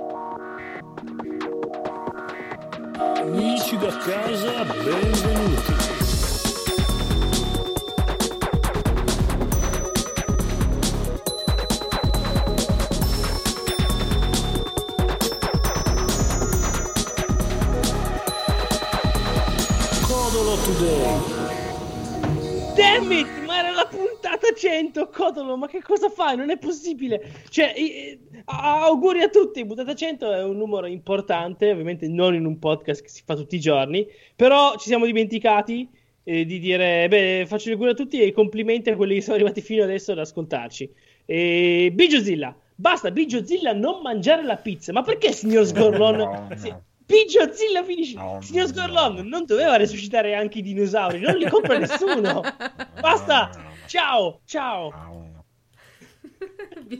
Amici da casa, benvenuti. Codolo Today. Damn it, ma era la puntata 100, Codolo, ma che cosa fai? Non è possibile. Cioè, auguri a tutti, puntata 100 è un numero importante, ovviamente non in un podcast che si fa tutti i giorni, però ci siamo dimenticati di dire, faccio gli auguri a tutti e i complimenti a quelli che sono arrivati fino adesso ad ascoltarci. Bigiozilla, basta, Bigiozilla, non mangiare la pizza. Ma perché, signor Sgorlon? No. Bigiozilla finisce. No, Signor Sgorlon, non doveva resuscitare anche i dinosauri, non li compra nessuno. Basta, ciao, ciao. No.